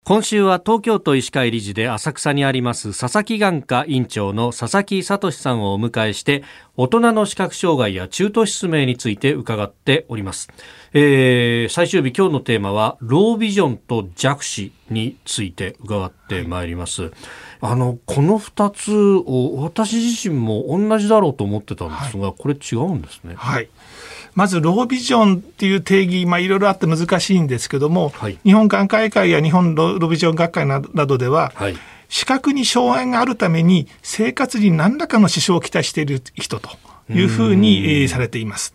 今週は東京都医師会理事で浅草にあります佐々木眼科院長の佐々木聡さんをお迎えして大人の視覚障害や中途失明について伺っております。最終日、今日のテーマはロービジョンと弱視について伺ってまいります。この2つを私自身も同じだろうと思ってたんですが、これ違うんですね。 はい、まずロービジョンっていう定義、いろいろあって難しいんですけども、日本眼科医会や日本ロービジョン学会などでは、視覚に障害があるために生活に何らかの支障をきたしている人というふうにされています。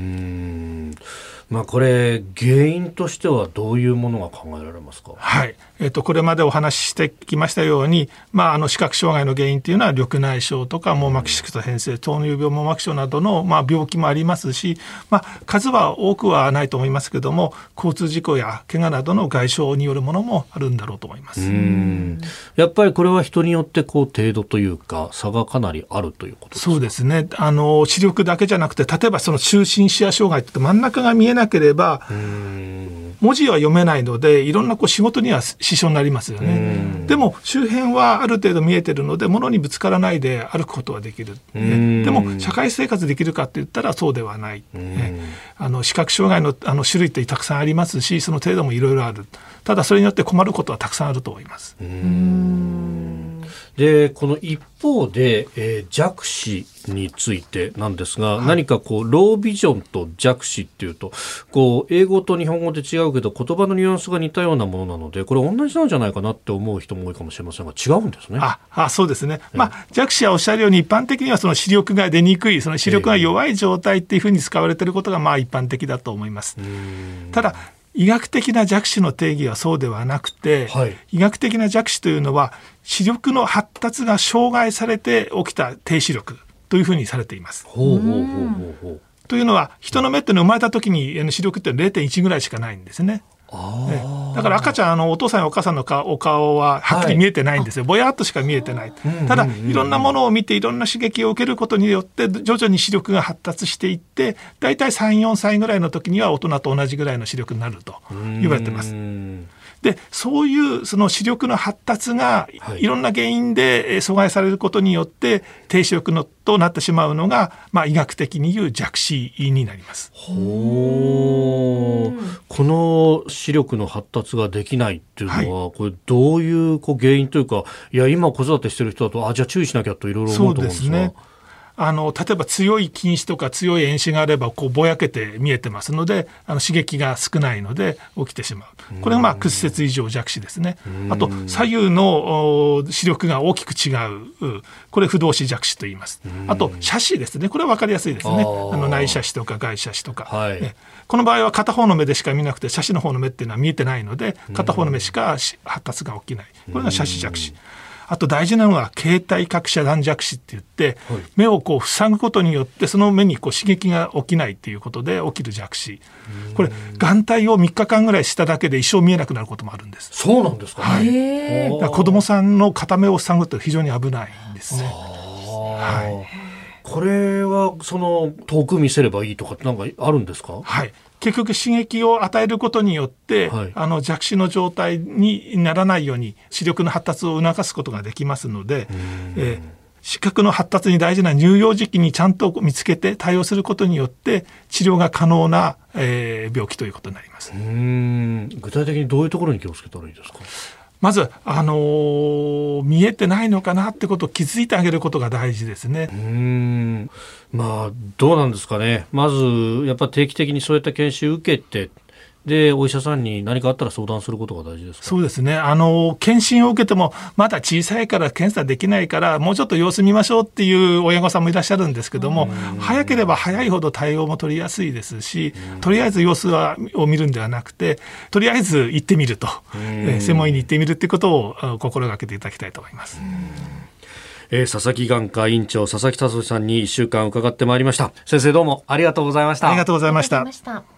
これ原因としてはどういうものが考えられますか？ これまでお話ししてきましたように、視覚障害の原因というのは緑内障とか網膜色素変性、糖尿病網膜症などの病気もありますし、数は多くはないと思いますけども、交通事故や怪我などの外傷によるものもあるんだろうと思います。 やっぱりこれは人によって程度というか差がかなりあるということですか？ そうですね。視力だけじゃなくて、例えばその中心視野障害って真ん中が見えなければ文字は読めないので、いろんな仕事には支障になりますよね。でも周辺はある程度見えてるので、物にぶつからないで歩くことはできる。でも社会生活できるかって言ったらそうではない。視覚障害の種類ってたくさんありますし、その程度もいろいろある。ただそれによって困ることはたくさんあると思います。 でこの一方で、弱視についてなんですが、何かロービジョンと弱視っていうと英語と日本語で違うけど言葉のニュアンスが似たようなものなので、これ同じなんじゃないかなって思う人も多いかもしれませんが、違うんですね。 そうですね。弱視はおっしゃるように、一般的にはその視力が出にくい、その視力が弱い状態っていうふうに使われていることが一般的だと思います。ただ医学的な弱視の定義はそうではなくて、医学的な弱視というのは視力の発達が障害されて起きた低視力というふうにされています。というのは、人の目っていうのは生まれた時に視力って 0.1 ぐらいしかないんですね。だから赤ちゃん、お父さんやお母さんのお顔ははっきり見えてないんですよ。ぼやっとしか見えてない。ただいろんなものを見ていろんな刺激を受けることによって徐々に視力が発達していって、だいたい 3,4 歳ぐらいの時には大人と同じぐらいの視力になると言われています。でそういうその視力の発達がいろんな原因で阻害されることによって低視力となってしまうのが、医学的に言う弱視になります。 この視力の発達ができないっていうのは、これどういう原因というか、今子育てしてる人だとじゃあ注意しなきゃといろいろ思うと思うんですが。そうですね。 例えば強い近視とか強い遠視があればぼやけて見えてますので、刺激が少ないので起きてしまう。これが屈折異常弱視ですね。あと左右の視力が大きく違う、これ不動視弱視と言います。あと斜視ですね。これは分かりやすいですね。内斜視とか外斜視とか、この場合は片方の目でしか見なくて、斜視の方の目っていうのは見えてないので、片方の目しか発達が起きない。これが斜視弱視。あと大事なのは形態覚遮断弱視って言って、目を塞ぐことによってその目に刺激が起きないっていうことで起きる弱視。これ眼帯を3日間ぐらいしただけで一生見えなくなることもあるんです。 そうなんですか？ だから子供さんの片目を塞ぐって非常に危ないんですね。 これは遠く見せればいいとかってなんかあるんですか？ 結局刺激を与えることによって、弱視の状態にならないように視力の発達を促すことができますので、視覚の発達に大事な乳幼児期にちゃんと見つけて対応することによって治療が可能な、病気ということになります。 具体的にどういうところに気をつけたらいいですか？ まず、見えてないのかなってことを気づいてあげることが大事ですね。 どうなんですかね。まずやっぱ定期的にそういった研修受けて、でお医者さんに何かあったら相談することが大事ですか？ そうですね。検診を受けてもまだ小さいから検査できないからもうちょっと様子見ましょうっていう親御さんもいらっしゃるんですけども、早ければ早いほど対応も取りやすいですし、とりあえず様子を見るんではなくて、とりあえず行ってみると、専門医に行ってみるってことを心がけていただきたいと思います。 佐々木眼科院長佐々木聡さんに1週間伺ってまいりました。先生どうもありがとうございました。 ありがとうございました。